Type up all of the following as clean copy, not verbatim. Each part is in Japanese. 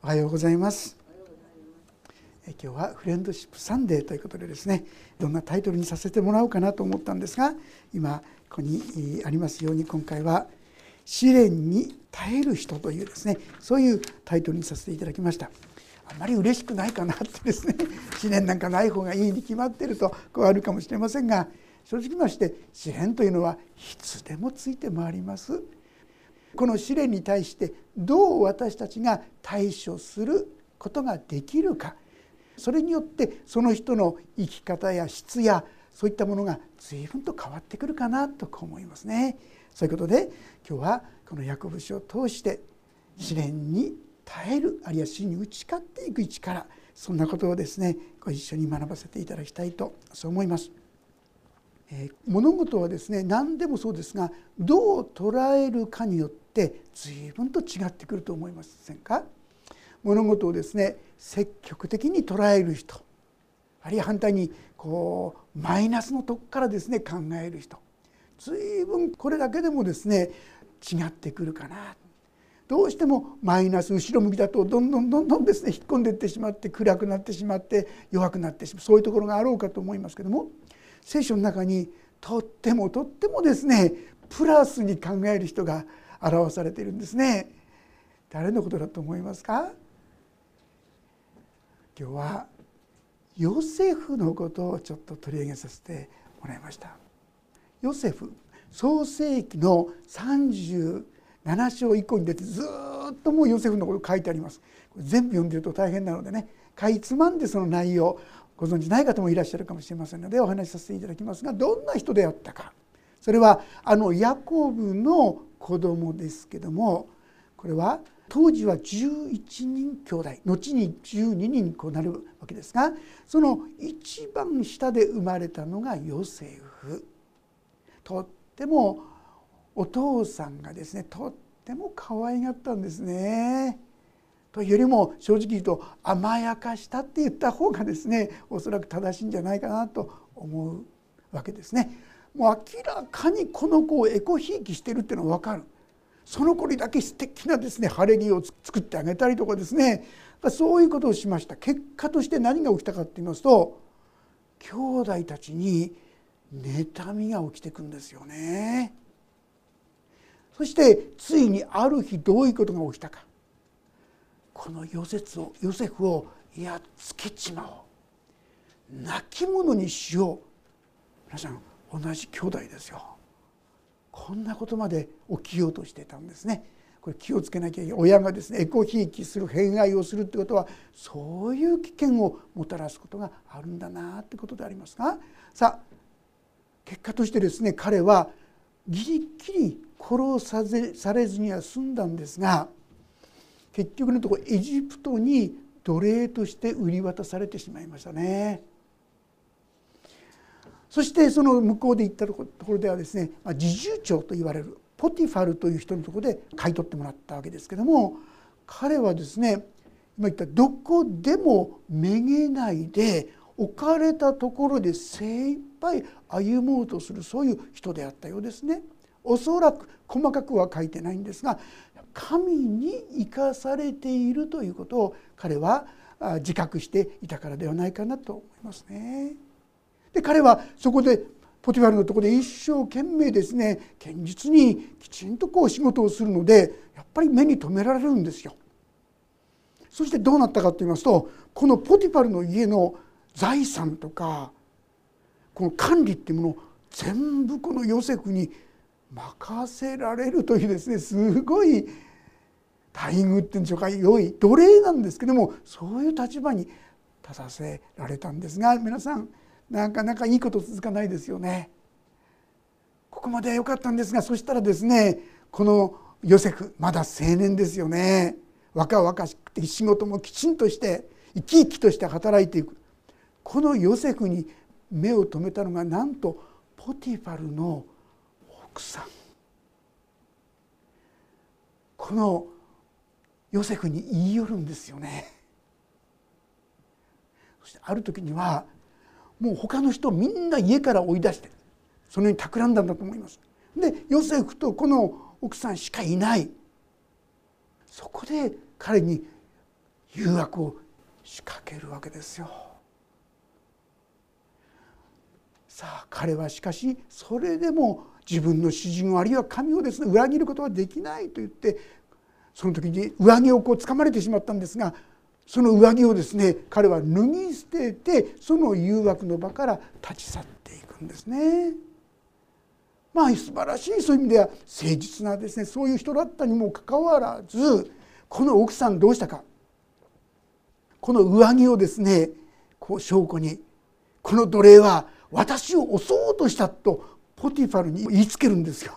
おはようございます。今日はフレンドシップサンデーということでですね、どんなタイトルにさせてもらおうかなと思ったんですが、今ここにありますように、今回は試練に耐える人というですね、そういうタイトルにさせていただきました。あまり嬉しくないかなってですね、試練なんかない方がいいに決まっているとこうあるかもしれませんが、正直まして試練というのはいつでもついて回ります。この試練に対してどう私たちが対処することができるか、それによってその人の生き方や質やそういったものが随分と変わってくるかなと思いますね。そういうことで今日はこのヤコブ書を通して試練に耐える、あるいは死に打ち勝っていく力、そんなことをですねご一緒に学ばせていただきたいとそう思います。物事はですね何でもそうですが、どう捉えるかによって随分と違ってくると思いませんか。物事をですね積極的に捉える人、あるいは反対にマイナスのとこからですね考える人、随分これだけでもですね違ってくるかな。どうしてもマイナス、後ろ向きだとどんどんですね引っ込んでいってしまって、暗くなってしまって弱くなってしまう、そういうところがあろうかと思いますけども、聖書の中にとってもですねプラスに考える人が表されているんですね。誰のことだと思いますか。今日はヨセフのことをちょっと取り上げさせてもらいました。ヨセフ、創世記の37章以降に出てずっともうヨセフのこと書いてあります。これ全部読んでると大変なのでね、かいつまんでその内容ご存じない方もいらっしゃるかもしれませんのでお話しさせていただきますが、どんな人であったか。それはヤコブの子供ですけども、これは当時は11人兄弟、後に12人になるわけですが、その一番下で生まれたのがヨセフ。とってもお父さんがですねとっても可愛がったんですね。というよりも正直言うと甘やかしたって言った方がですねおそらく正しいんじゃないかなと思うわけですね。もう明らかにこの子をエコひいきしてるっていうのは分かる。その子にだけ素敵なですね晴れ着を作ってあげたりとかですね、そういうことをしました。結果として何が起きたかと言いますと、兄弟たちに妬みが起きてくるんですよね。そしてついにある日どういうことが起きたか。このヨセフをやっつけちまおう、亡き者にしよう。皆さん同じ兄弟ですよ。こんなことまで起きようとしてたんですね。これ気をつけなきゃいけない。親がですねエコひいきする、偏愛をするってことはそういう危険をもたらすことがあるんだなってことでありますが、さあ結果としてですね彼はギリギリ殺されずには済んだんですが、結局のところエジプトに奴隷として売り渡されてしまいましたね。そしてその向こうで行ったところではですね、侍従長と言われるポティファルという人のところで買い取ってもらったわけですけども、彼はですね今言ったどこでもめげないで置かれたところで精一杯歩もうとする、そういう人であったようですね。おそらく細かくは書いてないんですが、神に生かされているということを彼は自覚していたからではないかなと思いますね。で彼はそこでポティファルのところで一生懸命ですね堅実にきちんと仕事をするので、やっぱり目に留められるんですよ。そしてどうなったかと言いますと、このポティファルの家の財産とかこの管理っていうものを全部このヨセフに任せられるというですね、すごい待遇っていうんでしょうか、良い奴隷なんですけども、そういう立場に立たせられたんですが、皆さんなかなかいいこと続かないですよね。ここまでは良かったんですが、そしたらですねこのヨセフまだ青年ですよね。若々しくて仕事もきちんとして生き生きとして働いていく。このヨセフに目を留めたのがなんとポティファルの奥さん。このヨセフに言い寄るんですよね。そしてある時にはもう他の人をみんな家から追い出してそのように企んだんだと思います。でヨセフとこの奥さんしかいない。そこで彼に誘惑を仕掛けるわけですよ。さあ彼はしかしそれでも自分の主人をあるいは神をですね裏切ることはできないと言って、その時に上着を掴まれてしまったんですが、その上着をですね彼は脱ぎ捨ててその誘惑の場から立ち去っていくんですね。素晴らしい、そういう意味では誠実なですねそういう人だったにもかかわらず、この奥さんどうしたか、この上着をですね証拠に、この奴隷は私を襲おうとしたとポティファルに言いつけるんですよ。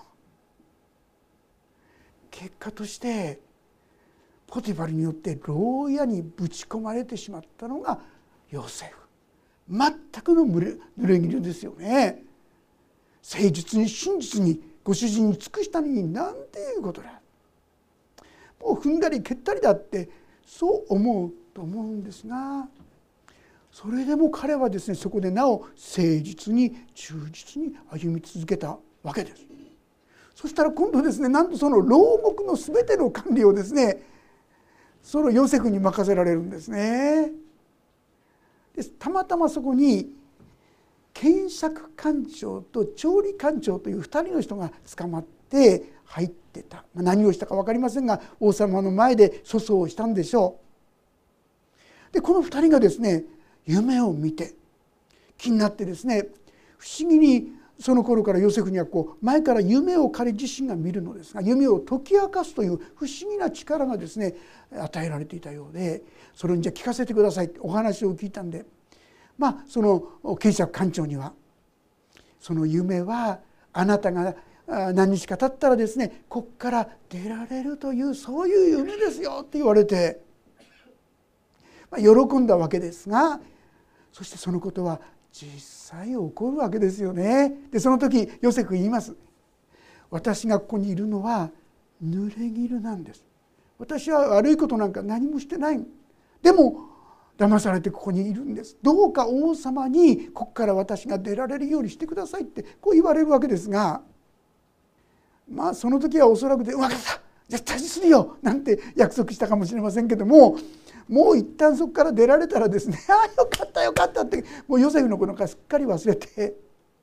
結果としてポティファルによって牢屋にぶち込まれてしまったのがヨセフ。全くの濡れ衣ですよね。誠実に真実にご主人に尽くしたのになんていうことだ、もう踏んだり蹴ったりだってそう思うと思うんですが、それでも彼はですねそこでなお誠実に忠実に歩み続けたわけです。そしたら今度ですね、なんとその牢獄の全ての管理をですねそのヨセフに任せられるんですね。でたまたまそこに検釈官長と調理官長という2人の人が捕まって入ってた。何をしたか分かりませんが王様の前で訴訟をしたんでしょう。でこの2人がですね夢を見て気になってですね、不思議にその頃からヨセフには前から夢を彼自身が見るのですが、夢を解き明かすという不思議な力がですね与えられていたようで、それにじゃあ聞かせてくださいってお話を聞いたんで、その検察官長にはその夢はあなたが何日か経ったらですねここから出られるというそういう夢ですよって言われて、喜んだわけですが、そしてそのことは実際起こるわけですよね。でその時ヨセフ言います。私がここにいるのは濡れ衣なんです。私は悪いことなんか何もしてない。でも騙されてここにいるんです。どうか王様にここから私が出られるようにしてくださいってこう言われるわけですが、その時はおそらくで分かった絶対にするよなんて約束したかもしれませんけども、もう一旦そこから出られたらですねよかったよかったってもうヨセフのことがすっかり忘れて、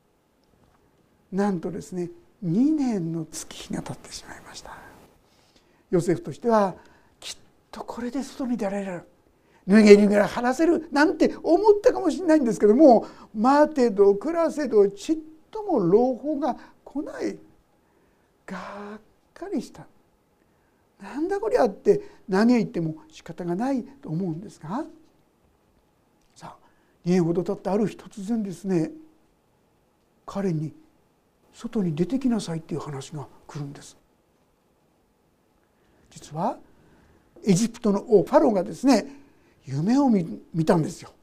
なんとですね2年の月日が経ってしまいました。ヨセフとしてはきっとこれで外に出られる、脱げ脱げら話せるなんて思ったかもしれないんですけども、待てど暮らせどちっとも朗報が来ない。がっかりした。なんだこりゃって嘆いても仕方がないと思うんですが、さあ2年ほど経ってある日突然ですね彼に外に出てきなさいっていう話が来るんです。実はエジプトの王ファローがですね夢を見たんですよ。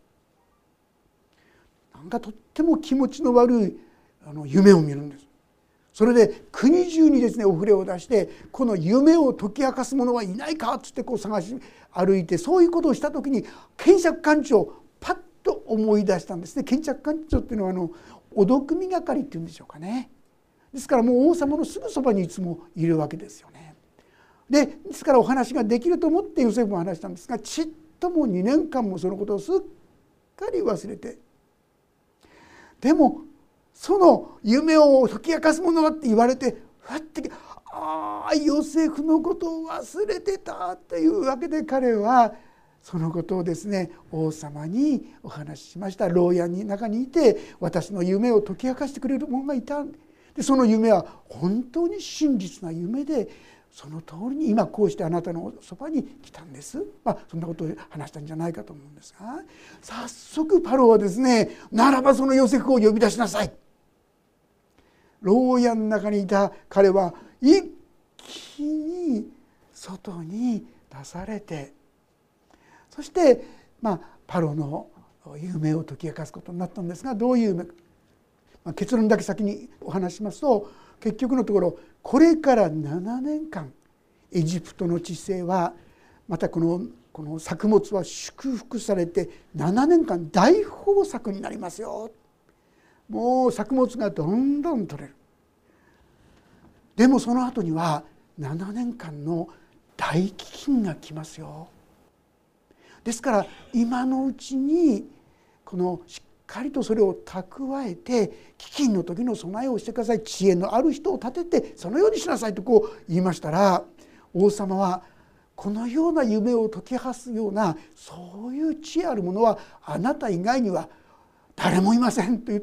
なんかとっても気持ちの悪い夢を見るんです。それで国中にですねお触れを出して、この夢を解き明かす者はいないかっつって探し歩いて、そういうことをした時に検察官長パッと思い出したんですね。検察官長っていうのはお毒味係っていうんでしょうかね。ですからもう王様のすぐそばにいつもいるわけですよね。ですからお話ができると思ってヨセフも話したんですが、ちっとも2年間もそのことをすっかり忘れて、でもその夢を解き明かすものはって言われて、ふわってヨセフのことを忘れてたというわけで、彼はそのことをですね王様にお話ししました。牢屋の中にいて私の夢を解き明かしてくれる者がいた。でその夢は本当に真実な夢で、その通りに今こうしてあなたのそばに来たんです。そんなことを話したんじゃないかと思うんですが、早速パロはですね、ならばそのヨセフを呼び出しなさい。牢屋の中にいた彼は一気に外に出されて、そしてパロの夢を解き明かすことになったんですが、どういう夢か、結論だけ先にお話しますと、結局のところこれから7年間エジプトの地政はまたこの作物は祝福されて7年間大豊作になりますよ。もう作物がどんどん取れる。でもその後には7年間の大飢饉が来ますよ。 ですから今のうちにこのしっかりとそれを蓄えて飢饉の時の備えをしてください、知恵のある人を立ててそのようにしなさいとこう言いましたら、王様はこのような夢を解き放すようなそういう知恵ある者はあなた以外には誰もいませんと言って、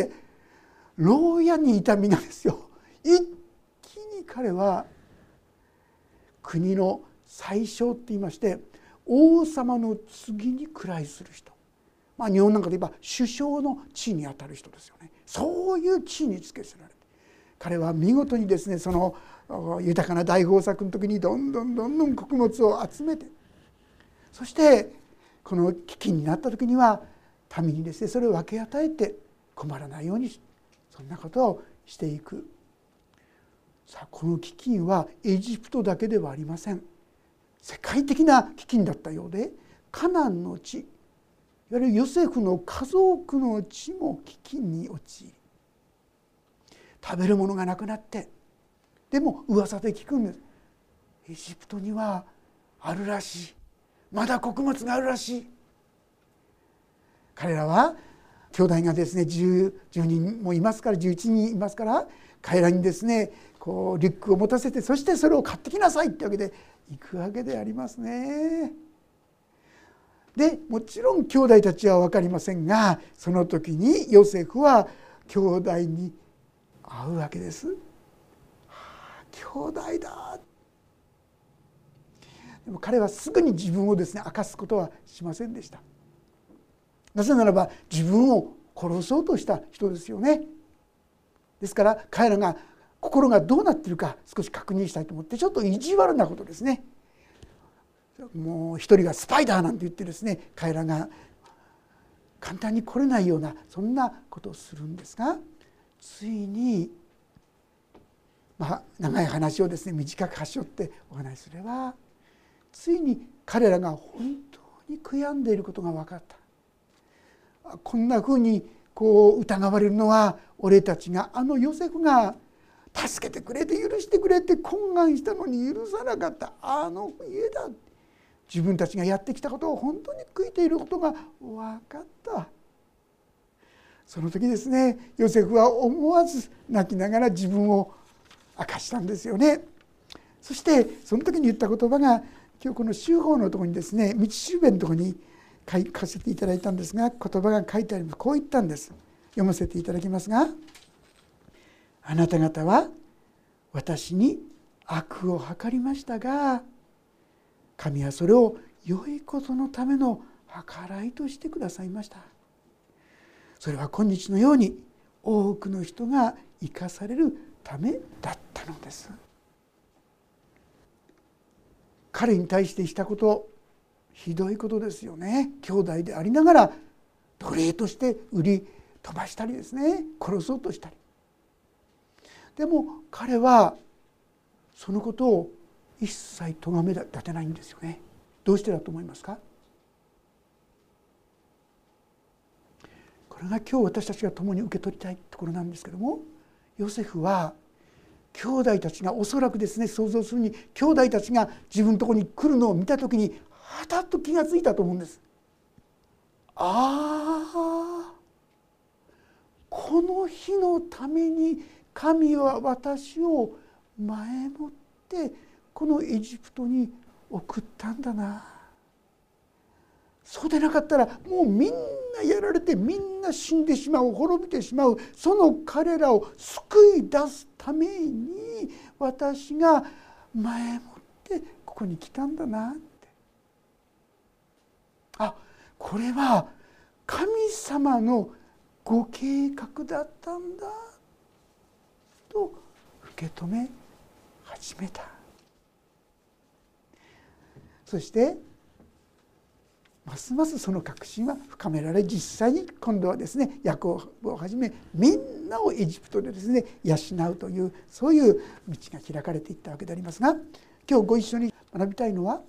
牢屋にいた皆ですよ、一気に彼は国の宰相って言いまして、王様の次に位する人、日本なんかで言えば首相の地位にあたる人ですよね。そういう地位につけせられて、彼は見事にですね、その豊かな大豊作の時にどんどん穀物を集めて、そしてこの飢饉になった時には民にですねそれを分け与えて困らないように、そんなことをしていく。さあ、この飢饉はエジプトだけではありません。世界的な飢饉だったようで、カナンの地、いわゆるヨセフの家族の地も飢饉に陥り、食べるものがなくなって、でも噂で聞くんです。エジプトにはあるらしい、まだ穀物があるらしい。彼らは兄弟がですね 10人もいますから、11人いますから、彼らにですねこうリュックを持たせて、そしてそれを買ってきなさいってわけで行くわけでありますね。でもちろん兄弟たちは分かりませんが、その時にヨセフは兄弟に会うわけです。兄弟だ。でも彼はすぐに自分をですね明かすことはしませんでした。なぜならば自分を殺そうとした人ですよね。ですから彼らが心がどうなっているか少し確認したいと思って、ちょっと意地悪なことですね。もう一人がスパイダーなんて言ってですね、彼らが簡単に来れないようなそんなことをするんですが、ついに長い話をですね短く端折ってお話しすれば、ついに彼らが本当に悔やんでいることが分かった。こんなふうにこう疑われるのは、俺たちがヨセフが助けてくれて許してくれて懇願したのに許さなかった家だ。自分たちがやってきたことを本当に悔いていることが分かった。その時ですね、ヨセフは思わず泣きながら自分を明かしたんですよね。そしてその時に言った言葉が、今日この修法のところにですね、道しるべのところに書かせていただいたんですが、言葉が書いてあります。こう言ったんです。読ませていただきますが、あなた方は私に悪を計りましたが、神はそれを良いことのための計らいとしてくださいました。それは今日のように多くの人が生かされるためだったのです。彼に対してしたこと、ひどいことですよね。兄弟でありながら奴隷として売り飛ばしたりですね、殺そうとしたり。でも彼はそのことを一切咎め立てないんですよね。どうしてだと思いますか？これが今日私たちが共に受け取りたいところなんですけども、ヨセフは兄弟たちがおそらくですね、想像するに兄弟たちが自分のところに来るのを見た時にはたっと気がついたと思うんです。この日のために神は私を前もってこのエジプトに送ったんだな。そうでなかったらもうみんなやられて、みんな死んでしまう、滅びてしまう。その彼らを救い出すために私が前もってここに来たんだなって。これは神様のご計画だったんだと受け止め始めた。そしてますますその確信は深められ、実際に今度はですね、ヤコブをはじめみんなをエジプトでですね養うという、そういう道が開かれていったわけでありますが、今日ご一緒に学びたいのは、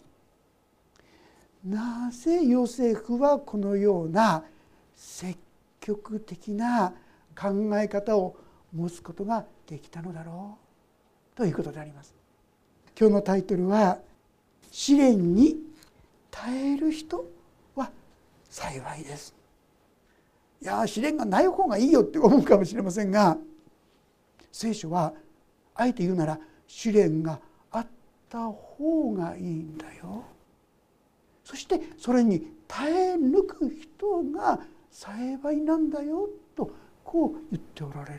なぜヨセフはこのような積極的な考え方を持つことができたのだろうということであります。今日のタイトルは、試練に耐える人幸いです。いや試練がない方がいいよって思うかもしれませんが、聖書はあえて言うなら試練があった方がいいんだよ。そしてそれに耐え抜く人が幸いなんだよとこう言っておられる。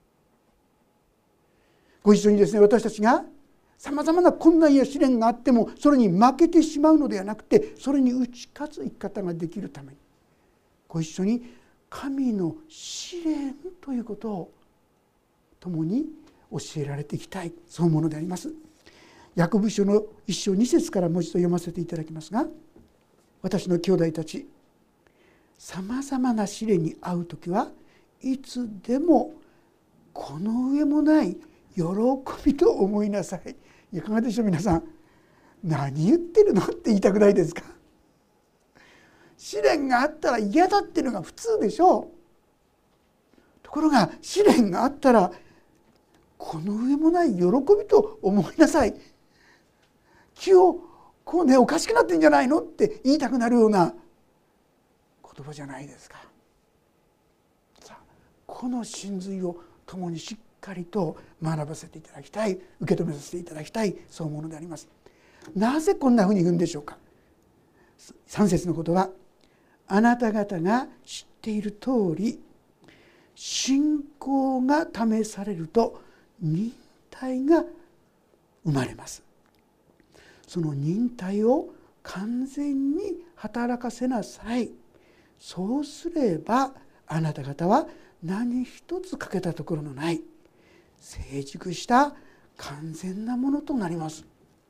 ご一緒にですね、私たちがさまざまな困難や試練があってもそれに負けてしまうのではなくて、それに打ち勝つ生き方ができるためにご一緒に神の試練ということを共に教えられていきたい、そういうものであります。ヤコブ書の1章2節からもう一度読ませていただきますが、私の兄弟たち、さまざまな試練に遭うときはいつでもこの上もない喜びと思いなさい。いかがでしょう皆さん。何言ってるのって言いたくないですか。試練があったら嫌だっていうのが普通でしょう。ところが試練があったらこの上もない喜びと思いなさい。気をこうねおかしくなってんじゃないのって言いたくなるような言葉じゃないですか。さあこの真髄を共にしっかりと学ばせていただきたい、受け止めさせていただきたい、そういうものであります。なぜこんなふうに言うんでしょうか。3節の言葉、あなた方が知っている通り信仰が試されると忍耐が生まれます。その忍耐を完全に働かせなさい。そうすればあなた方は何一つ欠けたところのない成熟した完全なものとなります。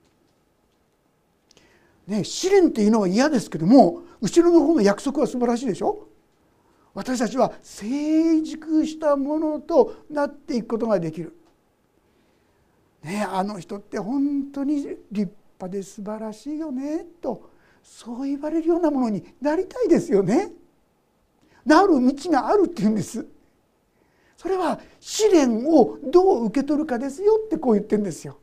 ね、試練っていうのは嫌ですけども、後ろの方の約束は素晴らしいでしょ。私たちは成熟したものとなっていくことができる。ね、あの人って本当に立派で素晴らしいよねとそう言われるようなものになりたいですよね。なる道があるっていうんです。それは試練をどう受け取るかですよってこう言ってるんですよ。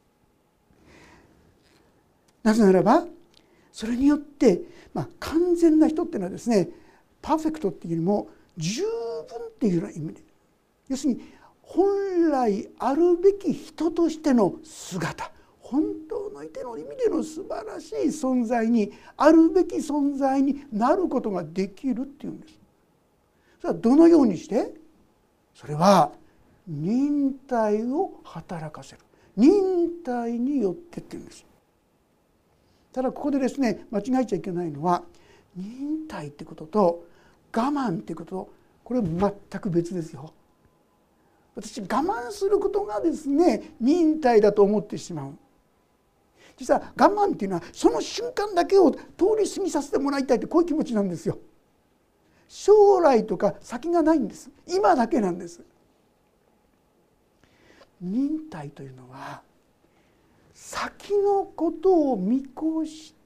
なぜならばそれによって、完全な人っていうのはですね、パーフェクトっていうよりも十分っていうような意味で、要するに本来あるべき人としての姿、本当の意味での素晴らしい存在に、あるべき存在になることができるっていうんです。それはどのようにして？それは忍耐を働かせる、忍耐によってっていうんです。ただここでですね、間違えちゃいけないのは、忍耐ってことと我慢ってこと、これは全く別ですよ。私我慢することがですね忍耐だと思ってしまう。実は我慢っていうのはその瞬間だけを通り過ぎさせてもらいたいって、こういう気持ちなんですよ。将来とか先がないんです。今だけなんです。忍耐というのは先のことを見越して、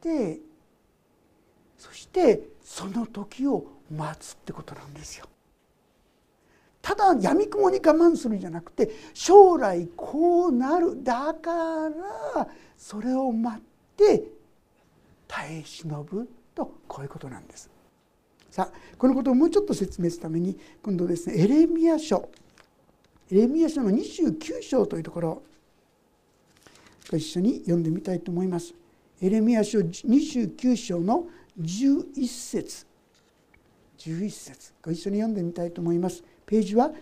そしてその時を待つってことなんですよ。ただ闇雲に我慢するんじゃなくて、将来こうなる、だからそれを待って耐え忍ぶと、こういうことなんです。さあこのことをもうちょっと説明するために、今度ですねエレミヤ書の29章というところをご一緒に読んでみたいと思います。エレミヤ書29章の11節ご一緒に読んでみたいと思います。ページは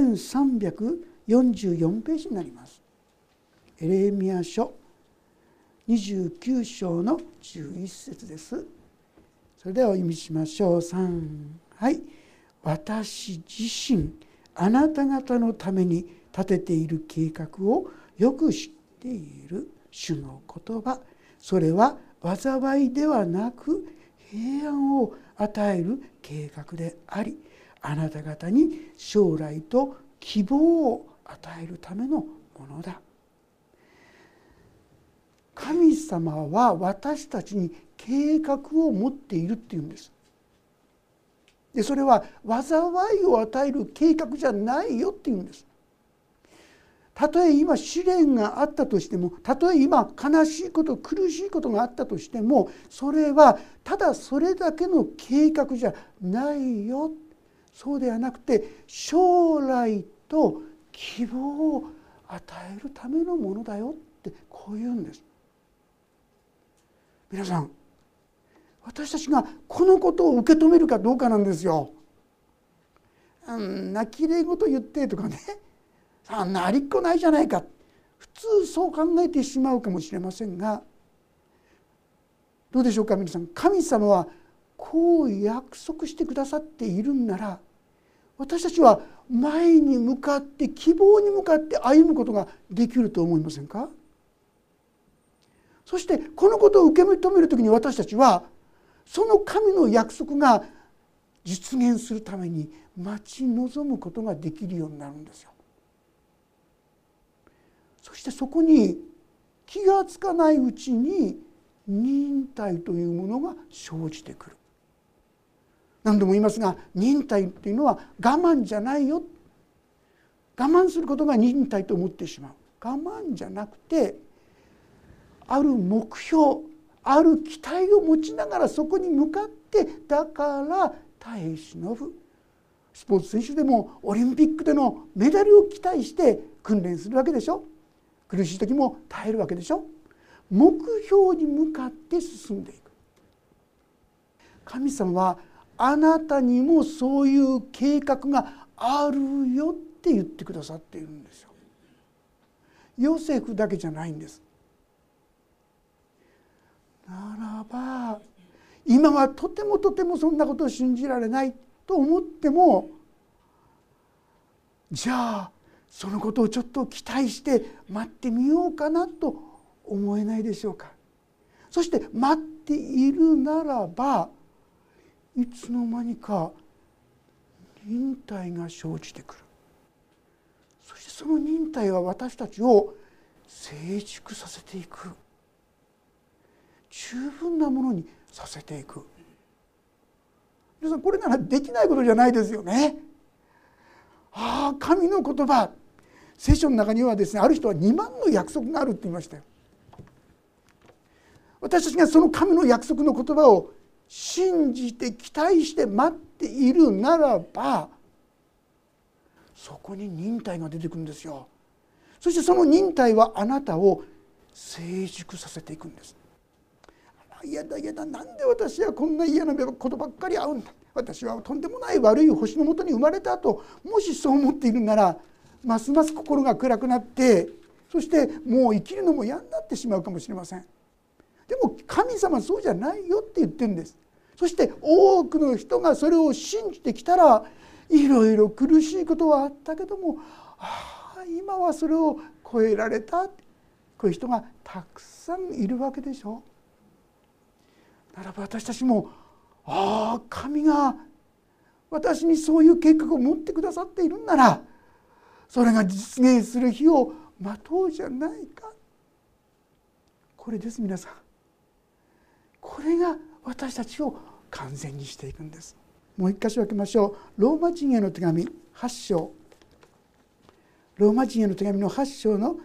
1344ページになります。エレミヤ書29章の11節です。それではお読みしましょう。3、はい。私自身あなた方のために立てている計画をよく知っている主の言葉、それは災いではなく平安を与える計画であり、あなた方に将来と希望を与えるためのものだ。神様は私たちに計画を持っているっていうんです。でそれは災いを与える計画じゃないよっていうんです。 たとえ今試練があったとしても、たとえ今悲しいこと苦しいことがあったとしても、それはただそれだけの計画じゃないよ。そうではなくて将来と希望を与えるためのものだよってこう言うんです。皆さん、私たちがこのことを受け止めるかどうかなんですよ。あんなきれい事言ってとかね、あんなありっこないじゃないか、普通そう考えてしまうかもしれませんが、どうでしょうか皆さん。神様はこう約束してくださっているんなら、私たちは前に向かって希望に向かって歩むことができると思いませんか。そしてこのことを受け止めるときに、私たちはその神の約束が実現するために待ち望むことができるようになるんですよ。そしてそこに気がつかないうちに忍耐というものが生じてくる。何度も言いますが、忍耐というのは我慢じゃないよ。我慢することが忍耐と思ってしまう。我慢じゃなくて、ある目標、ある期待を持ちながらそこに向かって、だから耐え忍ぶ。スポーツ選手でもオリンピックでのメダルを期待して訓練するわけでしょ。苦しい時も耐えるわけでしょ。目標に向かって進んでいく。神様はあなたにもそういう計画があるよって言ってくださっているんですよ。ヨセフだけじゃないんです。ならば今はとてもそんなことを信じられないと思っても、じゃあそのことをちょっと期待して待ってみようかなと思えないでしょうか。そして待っているならば、いつの間にか忍耐が生じてくる。そしてその忍耐は私たちを成熟させていく。十分なものにさせていく。皆さん、これならできないことじゃないですよね。神の言葉、聖書の中にはですね、ある人は2万の約束があるって言いましたよ。私たちがその神の約束の言葉を信じて期待して待っているならば、そこに忍耐が出てくるんですよ。そしてその忍耐はあなたを成熟させていくんです。嫌だなんで私はこんな嫌なことばっかり会うんだ、私はとんでもない悪い星のもとに生まれたと、もしそう思っているなら、ますます心が暗くなって、そしてもう生きるのも嫌になってしまうかもしれません。でも神様はそうじゃないよって言ってるんです。そして多くの人がそれを信じてきたら、いろいろ苦しいことはあったけども、今はそれを超えられた、こういう人がたくさんいるわけでしょう。ならば私たちも、神が私にそういう計画を持ってくださっているんなら、それが実現する日を待とうじゃないか。これです、皆さん。これが私たちを完全にしていくんです。もう一箇所開けましょう。ローマ人への手紙8章。ローマ人への手紙の8章の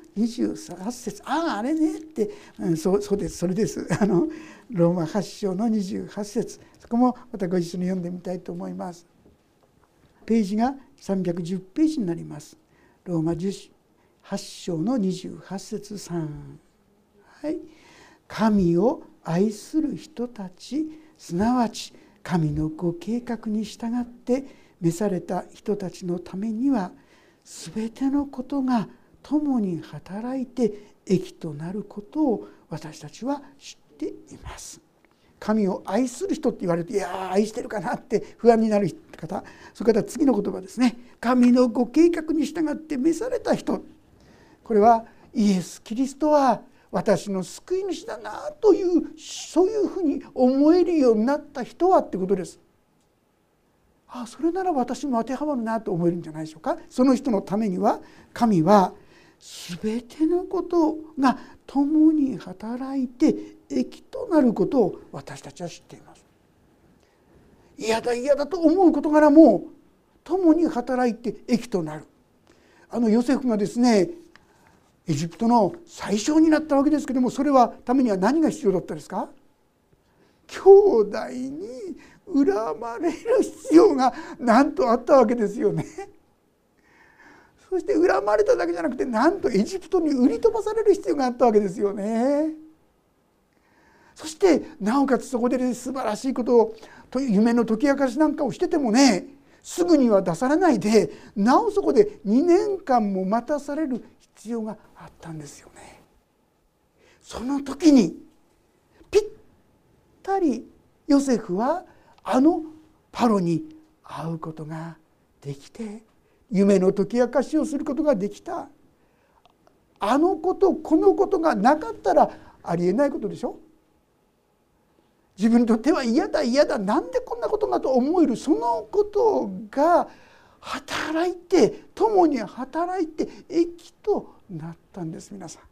28節。あれねって、そうです、それです。ローマ8章の28節。そこもまたご一緒に読んでみたいと思います。ページが310ページになります。ローマ8章の28節3。はい。神を愛する人たち、すなわち神のご計画に従って召された人たちのためには、すべてのことが共に働いて益となることを私たちは知っています。神を愛する人って言われて、愛してるかなって不安になる方、それから次の言葉ですね。神のご計画に従って召された人。これはイエス・キリストは私の救い主だなという、そういうふうに思えるようになった人はってことです。それなら私も当てはまるなと思えるんじゃないでしょうか。その人のためには、神は全てのことが共に働いて益となることを私たちは知っています。嫌だと思う事柄も共に働いて益となる。ヨセフがですね、 エジプトの最小になったわけですけども、それはためには何が必要だったですか？兄弟に恨まれる必要がなんとあったわけですよね。そして恨まれただけじゃなくて、なんとエジプトに売り飛ばされる必要があったわけですよね。そしてなおかつそこで素晴らしいことを、夢の解き明かしなんかをしててもね、すぐには出されないで、なおそこで2年間も待たされる必要があったんですよね。その時にぴったりヨセフはあのパロに会うことができて、夢の解き明かしをすることができた。あのことこのことがなかったらありえないことでしょ。自分にとっては嫌だ嫌だ、なんでこんなことがと思える、そのことが働いて、共に働いて益となったんです。皆さん、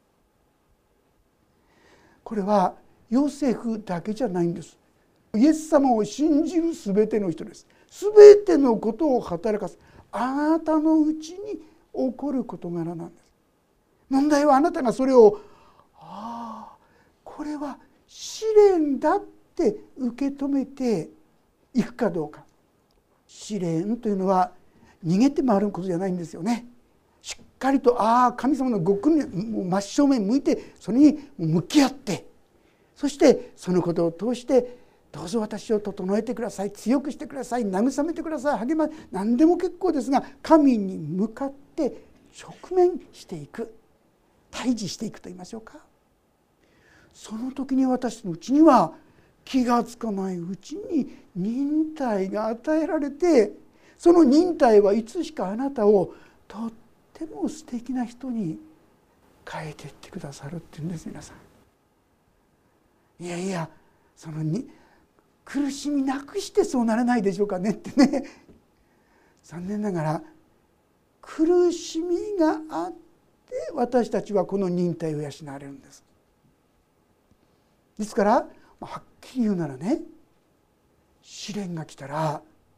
これはヨセフだけじゃないんです。イエス様を信じるすべての人です。すべてのことを働かす、あなたのうちに起こる事柄なんです。問題はあなたがそれをこれは試練だって受け止めていくかどうか。試練というのは逃げて回ることじゃないんですよね。しっかりと神様のご訓練に真正面向いて、それに向き合って、そしてそのことを通してどうぞ私を整えてください、強くしてください、慰めてください、励ま何でも結構ですが、神に向かって直面していく、対峙していくと言いましょうか。その時に私のうちには気がつかないうちに忍耐が与えられて、その忍耐はいつしかあなたをとっても素敵な人に変えていってくださるっていうんです。皆さん、いやいや、その苦しみなくしてそうならないでしょうかねってね。残念ながら苦しみがあって私たちはこの忍耐を養われるんです。ですからはっきり言うならね、試練が来たら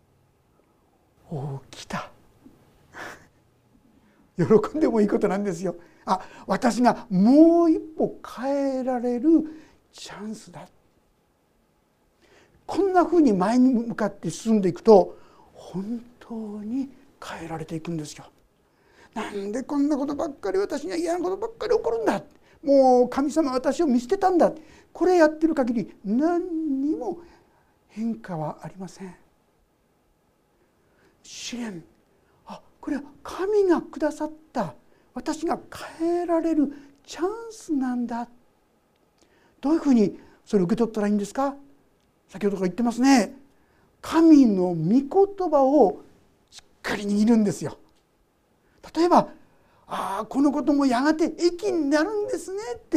来た喜んでもいいことなんですよ。私がもう一歩変えられるチャンスだ。こんなふうに前に向かって進んでいくと本当に変えられていくんですよ。なんでこんなことばっかり、私には嫌なことばっかり起こるんだ、もう神様は私を見捨てたんだ、これやってる限り何にも変化はありません。試練、これは神がくださった私が変えられるチャンスなんだ。どういうふうにそれを受け取ったらいいんですか。先ほどから言ってますね。神の御言葉をしっかり握るんですよ。例えばこのこともやがて益になるんですねって。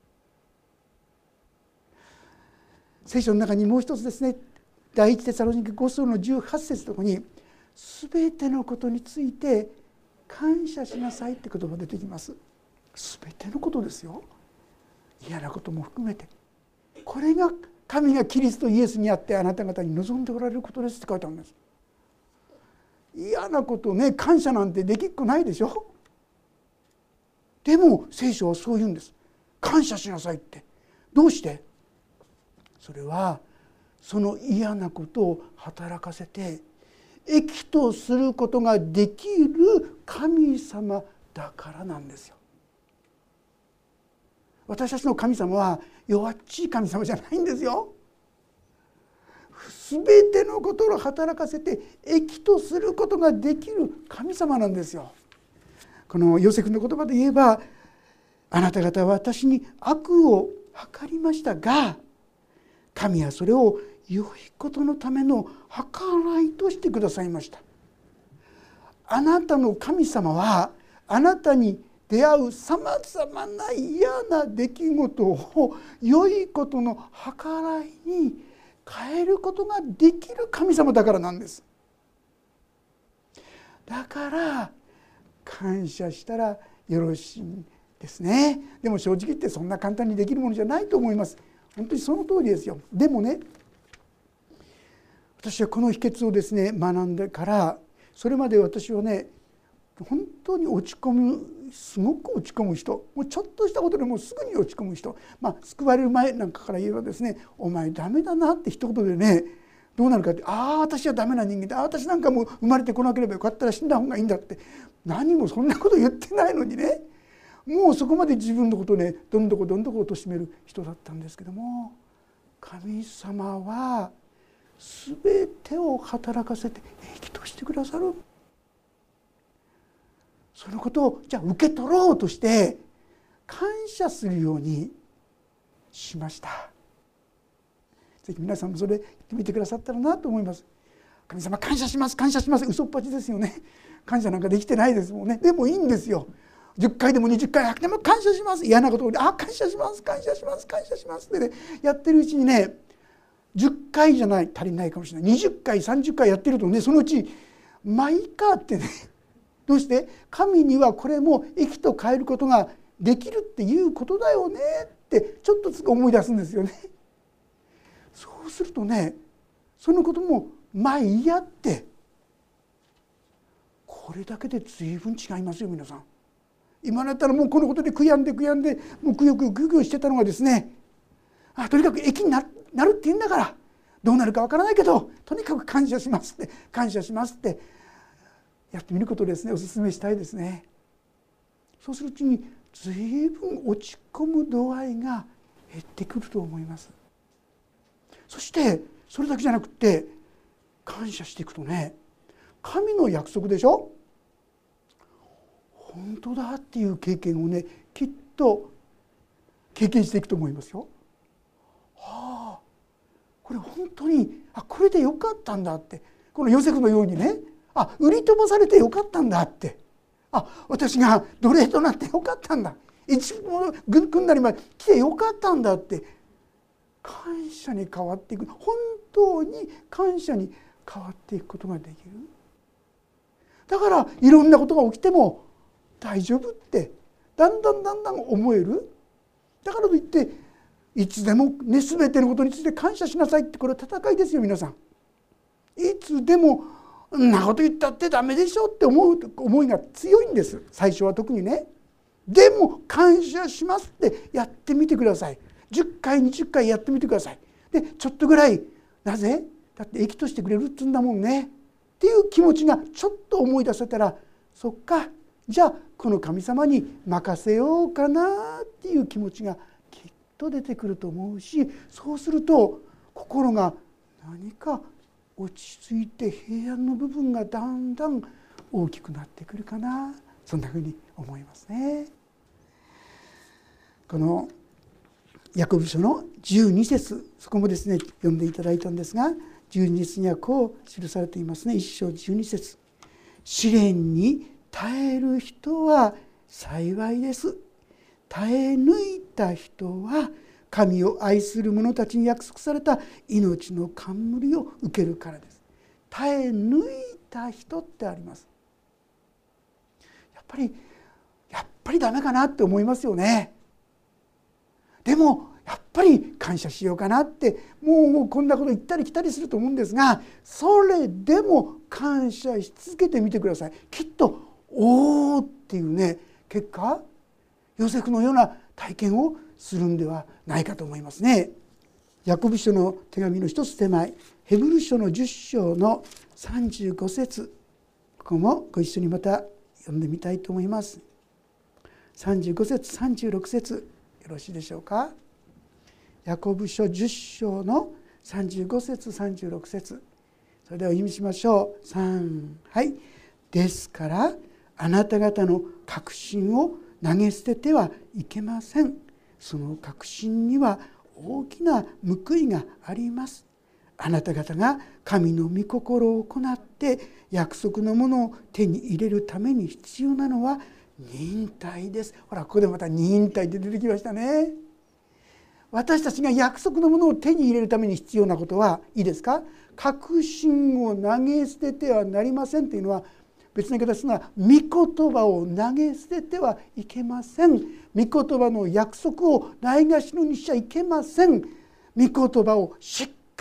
聖書の中にもう一つですね、第一テサロニケ5章の18節のところに全てのことについて感謝しなさいって言葉が出てきます。全てのことですよ。嫌なことも含めて、これが神がキリストイエスにあってあなた方に望んでおられることですって書いてあるんです。嫌なことね、感謝なんてできっこないでしょ。でも聖書はそう言うんです。感謝しなさいって。どうして？それはその嫌なことを働かせて益とすることができる神様だからなんですよ。私たちの神様は弱っちい神様じゃないんですよ。すべてのことを働かせて益とすることができる神様なんですよ。このヨセフの言葉で言えば、あなた方は私に悪を計りましたが、神はそれを良いことのための計らいとしてくださいました。あなたの神様はあなたに出会うさまざまな嫌な出来事を良いことの計らいに変えることができる神様だからなんです。だから感謝したらよろしいんですね。でも正直言ってそんな簡単にできるものじゃないと思います。本当にその通りですよ。でもね、私はこの秘訣をですね学んでから、それまで私はね本当に落ち込む、すごく落ち込む人、もうちょっとしたことでもうすぐに落ち込む人、救われる前なんかから言えばですね、お前ダメだなって一言でね、どうなるかって、私はダメな人間だ、私なんかもう生まれてこなければよかったら死んだ方がいいんだって、何もそんなこと言ってないのにね、もうそこまで自分のことをねどんどこ貶める人だったんですけども、神様は全てを働かせて益としてくださる。そのことをじゃあ受け取ろうとして感謝するようにしました。ぜひ皆さんもそれ言ってみてくださったらなと思います。神様感謝します感謝します、嘘っぱちですよね。感謝なんかできてないですもんね。でもいいんですよ。10回でも20回100でも感謝します、嫌なことで感謝します感謝します感謝しますってね、やってるうちにね、10回じゃない足りないかもしれない、20回30回やってるとね、そのうちまあいいかってね、どうして神にはこれも益と変えることができるっていうことだよねってちょっとずつ思い出すんですよね。そうするとね、そのこともまあいいやって、これだけで随分違いますよ皆さん。今だったらもうこのことで悔やんでもうくよくよしてたのがですね、とにかく益になるって言うんだからどうなるかわからないけどとにかく感謝しますって感謝しますってやってみることをですねお勧めしたいですね。そうするうちに随分落ち込む度合いが減ってくると思います。そしてそれだけじゃなくて感謝していくとね、神の約束でしょ、本当だっていう経験をねきっと経験していくと思いますよ。これ本当にこれでよかったんだって、このヨセフのようにね、売り飛ばされてよかったんだって、私が奴隷となってよかったんだ、一部軍なりまで来てよかったんだって感謝に変わっていく、本当に感謝に変わっていくことができる。だからいろんなことが起きても大丈夫ってだんだん思える。だからといっていつでもね全てのことについて感謝しなさいって、これは戦いですよ皆さん。いつでもんなこと言ったってダメでしょって思いが強いんです、最初は特にね。でも感謝しますってやってみてください。10回20回やってみてください。でちょっとぐらい、なぜだって益としてくれるっつうんだもんねっていう気持ちがちょっと思い出せたら、そっかじゃあこの神様に任せようかなっていう気持ちがきっと出てくると思うし、そうすると心が何か落ち着いて平安の部分がだんだん大きくなってくるかな、そんなふうに思いますね。このヤコブ書の12節、そこもですね読んでいただいたんですが、12節にはこう記されていますね。1章12節、試練に耐える人は幸いです。耐え抜いた人は神を愛する者たちに約束された命の冠を受けるからです。耐え抜いた人ってあります。やっぱりダメかなって思いますよね。でもやっぱり感謝しようかなってもうこんなこと言ったり来たりすると思うんですが、それでも感謝し続けてみてください。きっとおーっていうね結果、ヨセフのような体験をするんではないかと思いますね。ヤコブ書の手紙の一つ手前、ヘブル書の10章の35節、ここもご一緒にまた読んでみたいと思います。35節36節よろしいでしょうか。ヤコブ書10章の35節36節、それではお読みしましょう。3、はい。ですからあなた方の確信を投げ捨ててはいけません。その確信には大きな報いがあります。あなた方が神の御心を行って約束のものを手に入れるために必要なのは忍耐です。ほら、ここでまた忍耐って出てきましたね。私たちが約束のものを手に入れるために必要なことはいいですか、確信を投げ捨ててはなりませんというのは、別な言い方するのは御言葉を投げ捨ててはいけません。御言葉の約束をないがしろにしちゃいけません。御言葉をしっ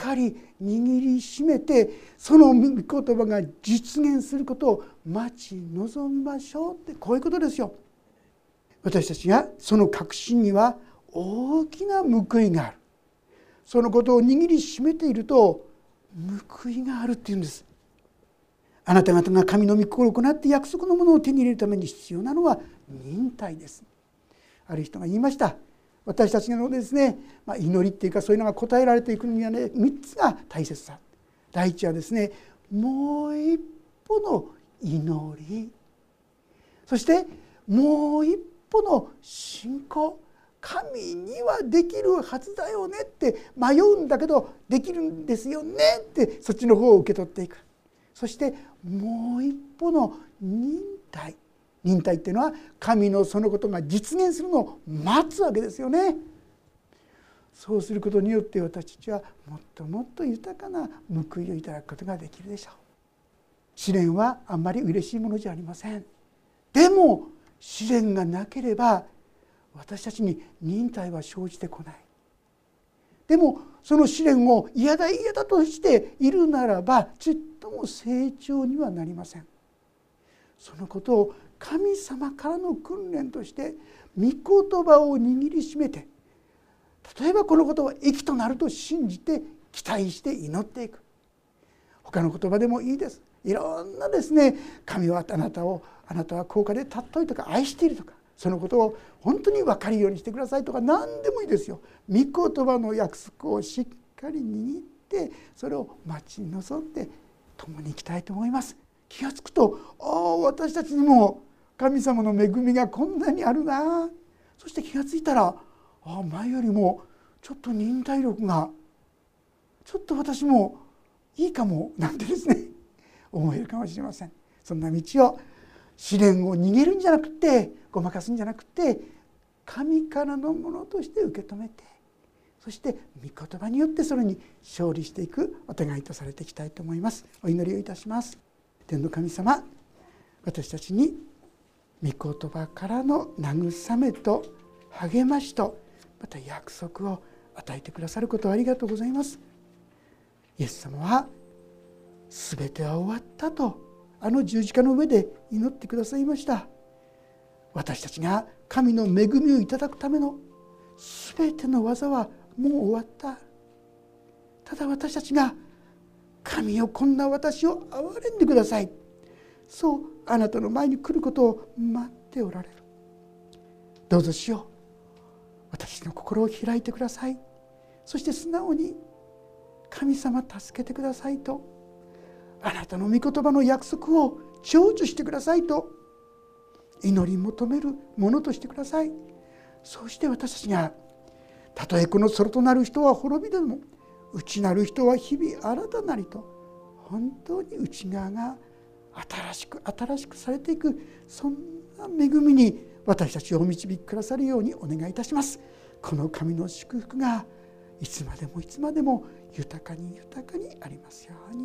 かり握りしめて、その御言葉が実現することを待ち望みましょうって、こういうことですよ。私たちがその確信には大きな報いがある。そのことを握りしめていると報いがあるっていうんです。あなた方が神の御心を行って約束のものを手に入れるために必要なのは忍耐です。ある人が言いました。私たちのですね、祈りっていうかそういうのが答えられていくにはね、3つが大切だ。第一はですね、もう一歩の祈り、そしてもう一歩の信仰。神にはできるはずだよねって迷うんだけど、できるんですよねってそっちの方を受け取っていく。そしてもう一歩の忍耐。忍耐っていうのは神のそのことが実現するのを待つわけですよね。そうすることによって私たちはもっともっと豊かな報いをいただくことができるでしょう。試練はあんまり嬉しいものじゃありません。でも試練がなければ私たちに忍耐は生じてこない。でもその試練を嫌だ嫌だとしているならばちっとも成長にはなりません。そのことを神様からの訓練として御言葉を握りしめて、例えばこのことは益となると信じて期待して祈っていく。他の言葉でもいいです。いろんなですね、神はあなたは高価で尊いとか愛しているとか、そのことを本当に分かるようにしてくださいとか、何でもいいですよ。御言葉の約束をしっかり握って、それを待ち望んで共に生きたいと思います。気がつくと、私たちにも神様の恵みがこんなにあるな。そして気がついたら、前よりもちょっと忍耐力がちょっと私もいいかもなんてですね思えるかもしれません。そんな道を、試練を逃げるんじゃなくて、ごまかすんじゃなくて、神からのものとして受け止めて、そして御言葉によってそれに勝利していくお願いとされていきたいと思います。お祈りをいたします。天の神様、私たちに御言葉からの慰めと励ましと、また約束を与えてくださることをありがとうございます。イエス様は全ては終わったと十字架の上で祈ってくださいました。私たちが神の恵みをいただくための全ての技はもう終わった。ただ私たちが神よ、こんな私を憐れんでください、そうあなたの前に来ることを待っておられる。どうぞ主よ、私の心を開いてください。そして素直に神様助けてくださいと、あなたの御言葉の約束を成就してくださいと祈り求めるものとしてください。そうして私たちが、たとえこの空となる人は滅びでも内なる人は日々新たなりと、本当に内側が新しくされていく、そんな恵みに私たちをお導きくださるようにお願いいたします。この神の祝福がいつまでもいつまでも豊かに豊かにありますように。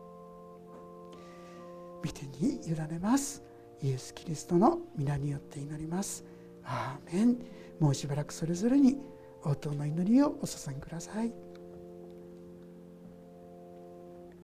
御手に委ねます。イエス・キリストの皆によって祈ります。アーメン。もうしばらくそれぞれに応答の祈りをお捧げください。